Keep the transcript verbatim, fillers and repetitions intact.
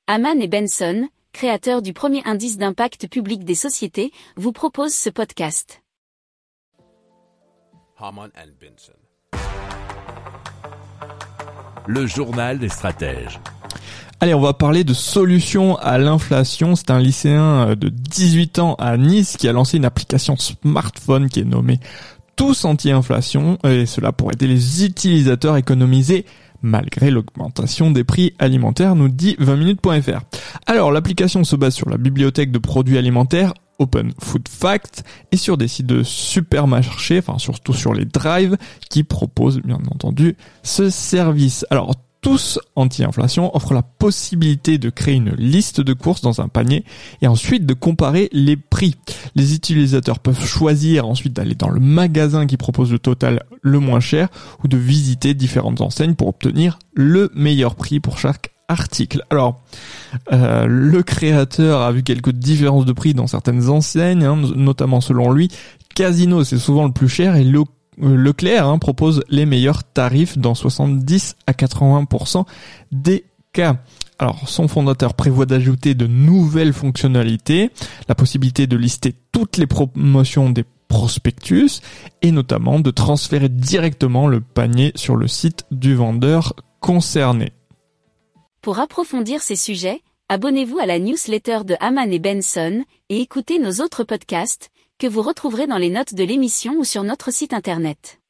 Hamann et Benson, créateurs du premier indice d'impact public des sociétés, vous proposent ce podcast. Hamann and Benson. Le journal des stratèges. Allez, on va parler de solutions à l'inflation. C'est un lycéen de dix-huit ans à Nice qui a lancé une application smartphone qui est nommée Tous Anti-Inflation, et cela pour aider les utilisateurs à économiser malgré l'augmentation des prix alimentaires, nous dit vingt minutes point f r. Alors, l'application se base sur la bibliothèque de produits alimentaires Open Food Facts et sur des sites de supermarchés, enfin surtout sur les drives, qui proposent bien entendu ce service. Alors, Tous Anti-Inflation offre la possibilité de créer une liste de courses dans un panier et ensuite de comparer les prix. Les utilisateurs peuvent choisir ensuite d'aller dans le magasin qui propose le total le moins cher ou de visiter différentes enseignes pour obtenir le meilleur prix pour chaque article. Alors, euh, le créateur a vu quelques différences de prix dans certaines enseignes, hein, notamment selon lui, Casino c'est souvent le plus cher et le Leclerc hein, propose les meilleurs tarifs dans soixante-dix à quatre-vingts pour cent des cas. Alors, son fondateur prévoit d'ajouter de nouvelles fonctionnalités, la possibilité de lister toutes les promotions des prospectus et notamment de transférer directement le panier sur le site du vendeur concerné. Pour approfondir ces sujets, abonnez-vous à la newsletter de Hamann et Benson et écoutez nos autres podcasts que vous retrouverez dans les notes de l'émission ou sur notre site internet.